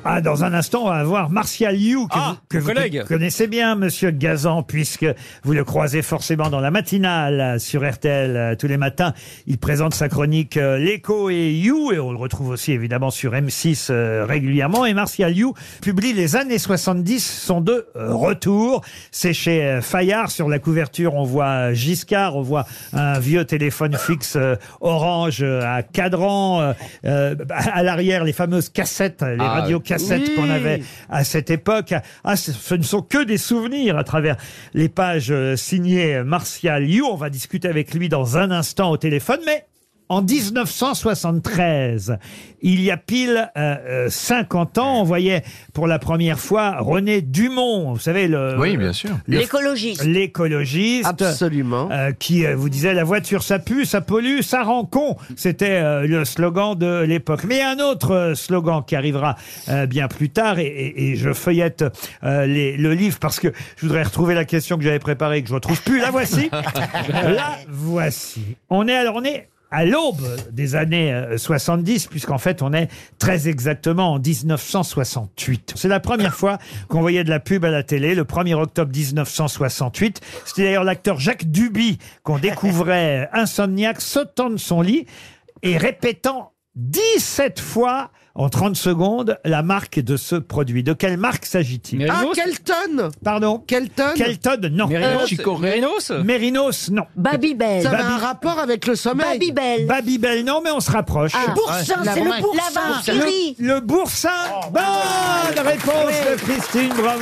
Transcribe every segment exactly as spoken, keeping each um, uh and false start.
Ah, dans un instant, on va voir Martial You, que, Ah, vous, que vous collègue. connaissez bien, Monsieur Gazan, puisque vous le croisez forcément dans la matinale sur R T L euh, tous les matins. Il présente sa chronique euh, L'Écho et You, et on le retrouve aussi évidemment sur M six euh, régulièrement. Et Martial You publie Les années soixante-dix sont de euh, retour. C'est chez euh, Fayard. Sur la couverture, on voit Giscard, on voit un vieux téléphone fixe euh, orange euh, à cadran. Euh, euh, à l'arrière, les fameuses cassettes, les Ah, radiocassettes oui. qu'on avait à cette époque. Ah, ce, ce ne sont que des souvenirs à travers les pages euh, signées Martial You. On va discuter avec lui dans un instant au téléphone, mais en dix-neuf cent soixante-treize, il y a pile euh, euh, cinquante ans, on voyait pour la première fois René Dumont, vous savez, le, Oui, bien sûr. le- L'écologiste. l'écologiste, Absolument. euh, qui euh, vous disait la voiture ça pue, ça pollue, ça rend con. C'était euh, le slogan de l'époque. Mais il y a un autre euh, slogan qui arrivera euh, bien plus tard, et, et- et je feuillette euh, les- le livre parce que je voudrais retrouver la question que j'avais préparée et que je ne retrouve plus. La voici. La voici. On est alors on est à l'aube des années euh, soixante-dix, puisqu'en fait, on est très exactement en dix-neuf cent soixante-huit. C'est la première fois qu'on voyait de la pub à la télé, le premier octobre mille neuf cent soixante-huit. C'était d'ailleurs l'acteur Jacques Duby qu'on découvrait euh, insomniaque, sautant de son lit et répétant dix-sept fois en trente secondes la marque de ce produit. De quelle marque s'agit-il? Ah, Mérinos Kelton. Pardon? Kelton. Kelton, non. Mérinos, Chicorée. Mérinos Mérinos, non. Babybel. Ça avait Babi- un rapport avec le sommeil. Babybel. Babybel, non, mais on se rapproche. Ah. Boursin, La c'est vraie. le boursin. La vache qui rit. Le, le boursin. Bonne réponse de Christine, bravo.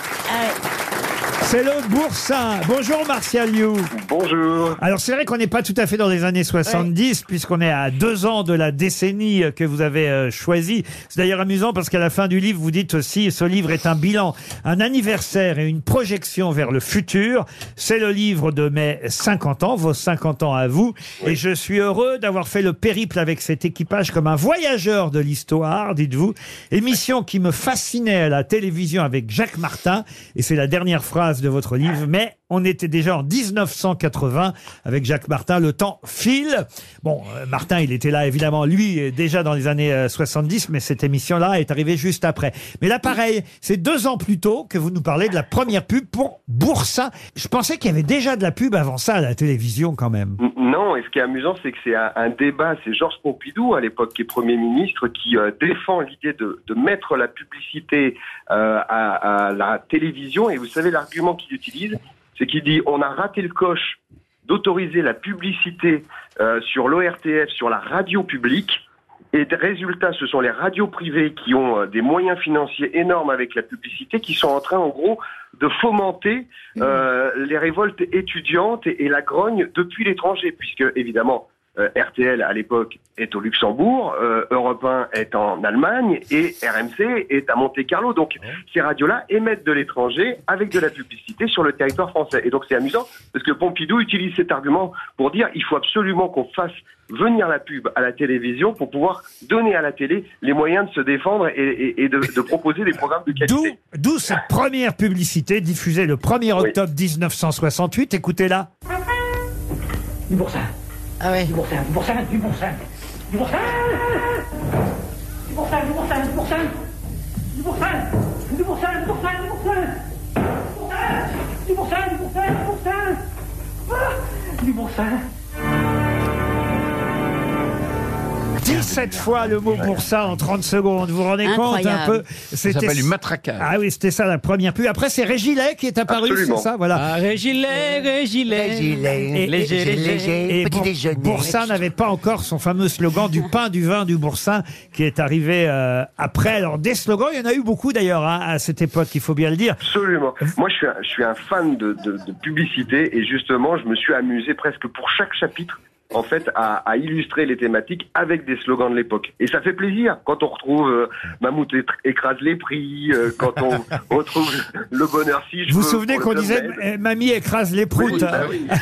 C'est le boursin. Bonjour Martial You. Bonjour. Alors c'est vrai qu'on n'est pas tout à fait dans les années soixante-dix, puisqu'on est à deux ans de la décennie que vous avez euh, choisie. C'est d'ailleurs amusant parce qu'à la fin du livre, vous dites aussi, ce livre est un bilan, un anniversaire et une projection vers le futur. C'est le livre de mes cinquante ans, vos cinquante ans à vous. Et je suis heureux d'avoir fait le périple avec cet équipage comme un voyageur de l'histoire, dites-vous. Émission qui me fascinait à la télévision avec Jacques Martin. Et c'est la dernière phrase de votre livre, mais on était déjà en dix-neuf cent quatre-vingts avec Jacques Martin. Le temps file. Bon, euh, Martin, il était là, évidemment, lui, euh, déjà dans les années euh, soixante-dix, mais cette émission-là est arrivée juste après. Mais là, pareil, c'est deux ans plus tôt que vous nous parlez de la première pub pour Boursin. Je pensais qu'il y avait déjà de la pub avant ça à la télévision, quand même. N- Non, et ce qui est amusant, c'est que c'est un, un débat. C'est Georges Pompidou, à l'époque, qui est Premier ministre, qui euh, défend l'idée de, de mettre la publicité euh, à, à la télévision. Et vous savez, l'argument qu'il utilise, c'est qu'il dit on a raté le coche d'autoriser la publicité euh, sur l'O R T F, sur la radio publique. Et des résultats, ce sont les radios privées qui ont euh, des moyens financiers énormes avec la publicité, qui sont en train, en gros, de fomenter euh, les révoltes étudiantes et, et la grogne depuis l'étranger, puisque, évidemment, euh, R T L, à l'époque, est au Luxembourg, euh, Europe un est en Allemagne, et R M C est à Monte-Carlo. Donc, ces radios-là émettent de l'étranger avec de la publicité sur le territoire français. Et donc, c'est amusant, parce que Pompidou utilise cet argument pour dire il faut absolument qu'on fasse venir la pub à la télévision pour pouvoir donner à la télé les moyens de se défendre et, et, et de, de proposer des programmes de D'où, qualité. d'où cette première publicité diffusée le premier Oui. octobre dix-neuf cent soixante-huit. Écoutez-la. Du boursin, Ah ouais. du boursin, du boursin, du boursin, du boursin, du boursin, du boursin, du boursin, du boursin, du boursin, du boursin, du boursin, du boursin, du boursin, du boursin, du boursin, Ah, du boursin. dix-sept fois le mot boursin en trente secondes. Vous vous rendez compte un Incroyable. peu? Ça C'était- s'appelle du matraquage. Ah oui, c'était ça la première pub. Après, c'est Régilet qui est apparu, c'est Absolument. ça? Voilà. Ah, Régilet, Régilet. Et- Léger, et- léger. Et petit Bour- déjeuner. Boursin n'avait pas encore son fameux slogan du pain, du vin, du boursin qui est arrivé euh, après. Alors, des slogans, il y en a eu beaucoup d'ailleurs hein, à cette époque, il faut bien le dire. Absolument. Moi, je suis un, je suis un fan de, de, de publicité et justement, je me suis amusé presque pour chaque chapitre, en fait, à, à illustrer les thématiques avec des slogans de l'époque. Et ça fait plaisir quand on retrouve euh, Mammouth étr- écrase les prix, euh, quand on retrouve le bonheur si je Vous vous veux souvenez pour qu'on le disait domaine. eh, Mamie écrase les proutes Oui, bah oui.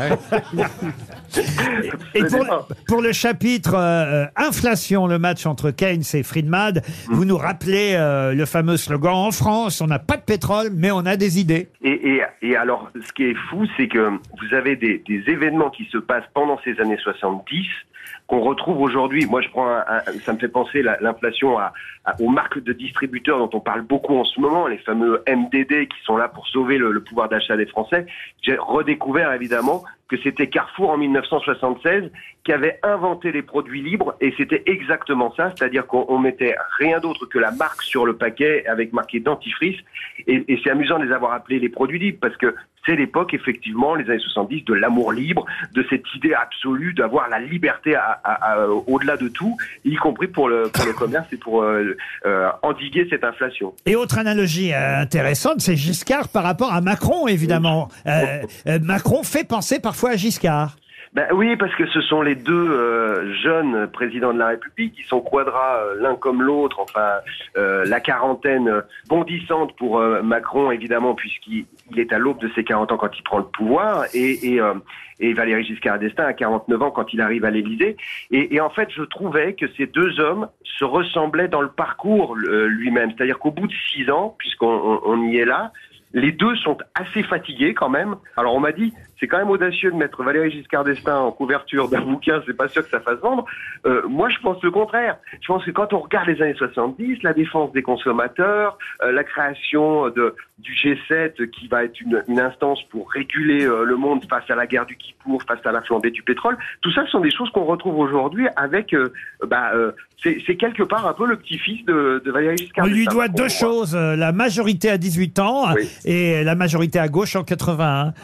Et pour, Absolument. pour le chapitre euh, inflation, le match entre Keynes et Friedman, vous nous rappelez euh, le fameux slogan en France, on n'a pas de pétrole, mais on a des idées. Et, et, et alors, ce qui est fou, c'est que vous avez des, des événements qui se passent pendant ces années soixante-dix, qu'on retrouve aujourd'hui. Moi, je prends un, un, ça me fait penser la, l'inflation à, à, aux marques de distributeurs dont on parle beaucoup en ce moment, les fameux M D D qui sont là pour sauver le, le pouvoir d'achat des Français. J'ai redécouvert évidemment que c'était Carrefour en mille neuf cent soixante-seize qui avait inventé les produits libres, et c'était exactement ça, c'est-à-dire qu'on on mettait rien d'autre que la marque sur le paquet avec marqué dentifrice, et, et c'est amusant de les avoir appelés les produits libres parce que c'est l'époque, effectivement, les années soixante-dix, de l'amour libre, de cette idée absolue d'avoir la liberté à, à, à, au-delà de tout, y compris pour le, pour le commerce et pour euh, euh, endiguer cette inflation. Et autre analogie euh, intéressante, c'est Giscard par rapport à Macron, évidemment. Euh, euh, Macron fait penser parfois à Giscard. Ben oui, parce que ce sont les deux euh, jeunes présidents de la République qui sont quadras euh, l'un comme l'autre. Enfin, euh, la quarantaine euh, bondissante pour euh, Macron, évidemment, puisqu'il il est à l'aube de ses quarante ans quand il prend le pouvoir, et, et, euh, et Valéry Giscard d'Estaing à quarante-neuf ans quand il arrive à l'Élysée. Et, et en fait, je trouvais que ces deux hommes se ressemblaient dans le parcours euh, lui-même. C'est-à-dire qu'au bout de six ans, puisqu'on on, on y est là, les deux sont assez fatigués quand même. Alors on m'a dit, c'est quand même audacieux de mettre Valéry Giscard d'Estaing en couverture d'un bouquin, c'est pas sûr que ça fasse vendre. Euh, moi je pense le contraire. Je pense que quand on regarde les années soixante-dix, la défense des consommateurs, euh, la création de, du G sept qui va être une, une instance pour réguler euh, le monde face à la guerre du Kippour, face à la flambée du pétrole, tout ça ce sont des choses qu'on retrouve aujourd'hui avec, euh, bah, euh, c'est, c'est quelque part un peu le petit-fils de, de Valéry Giscard d'Estaing. On lui doit deux choses, la majorité à dix-huit ans, oui, et la majorité à gauche en quatre-vingt-un.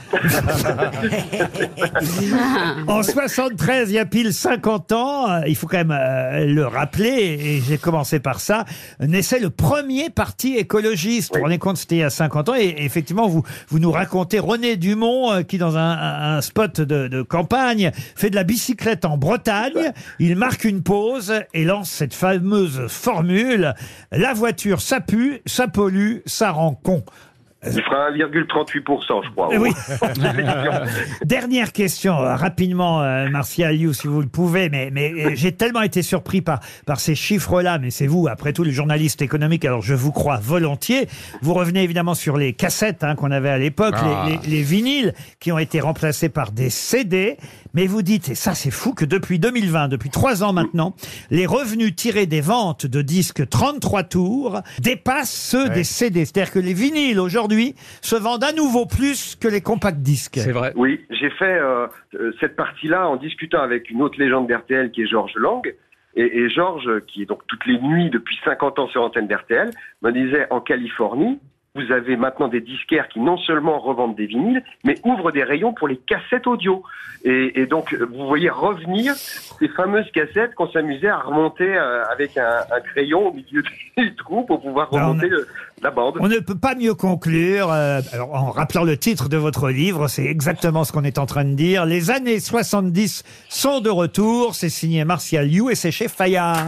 En soixante-treize, il y a pile cinquante ans, il faut quand même euh, le rappeler, et j'ai commencé par ça, naissait le premier parti écologiste. Oui. Vous vous rendez compte, c'était il y a cinquante ans, et, et effectivement, vous, vous nous racontez René Dumont, euh, qui dans un, un, un spot de, de campagne, fait de la bicyclette en Bretagne, il marque une pause et lance cette fameuse formule, la voiture ça pue, ça pollue, ça rend con. Il fera un virgule trente-huit pour cent, je crois. Oui. Dernière question, euh, rapidement, euh, Martial You, si vous le pouvez, mais, mais euh, j'ai tellement été surpris par, par ces chiffres-là, mais c'est vous, après tout, le journaliste économique, alors je vous crois volontiers. Vous revenez évidemment sur les cassettes hein, qu'on avait à l'époque, ah. les, les, les vinyles qui ont été remplacés par des C D, mais vous dites, et ça c'est fou, que depuis deux mille vingt, depuis trois ans maintenant, les revenus tirés des ventes de disques trente-trois tours dépassent ceux ouais. des C D. C'est-à-dire que les vinyles aujourd'hui se vendent à nouveau plus que les compacts disques. C'est vrai. Oui, j'ai fait euh, cette partie-là en discutant avec une autre légende d'R T L qui est Georges Lang. Et, et Georges, qui est donc toutes les nuits depuis cinquante ans sur antenne d'R T L, me disait en Californie, vous avez maintenant des disquaires qui non seulement revendent des vinyles, mais ouvrent des rayons pour les cassettes audio. Et, et donc, vous voyez revenir ces fameuses cassettes qu'on s'amusait à remonter euh, avec un, un crayon au milieu du trou pour pouvoir remonter a... le, la bande. On ne peut pas mieux conclure, euh, alors, en rappelant le titre de votre livre, c'est exactement ce qu'on est en train de dire. Les années soixante-dix sont de retour. C'est signé Martial You et c'est chez Fayard.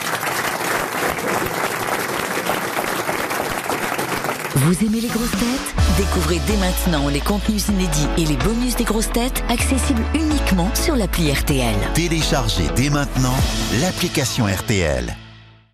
Vous aimez les grosses têtes? Découvrez dès maintenant les contenus inédits et les bonus des grosses têtes accessibles uniquement sur l'appli R T L. Téléchargez dès maintenant l'application R T L.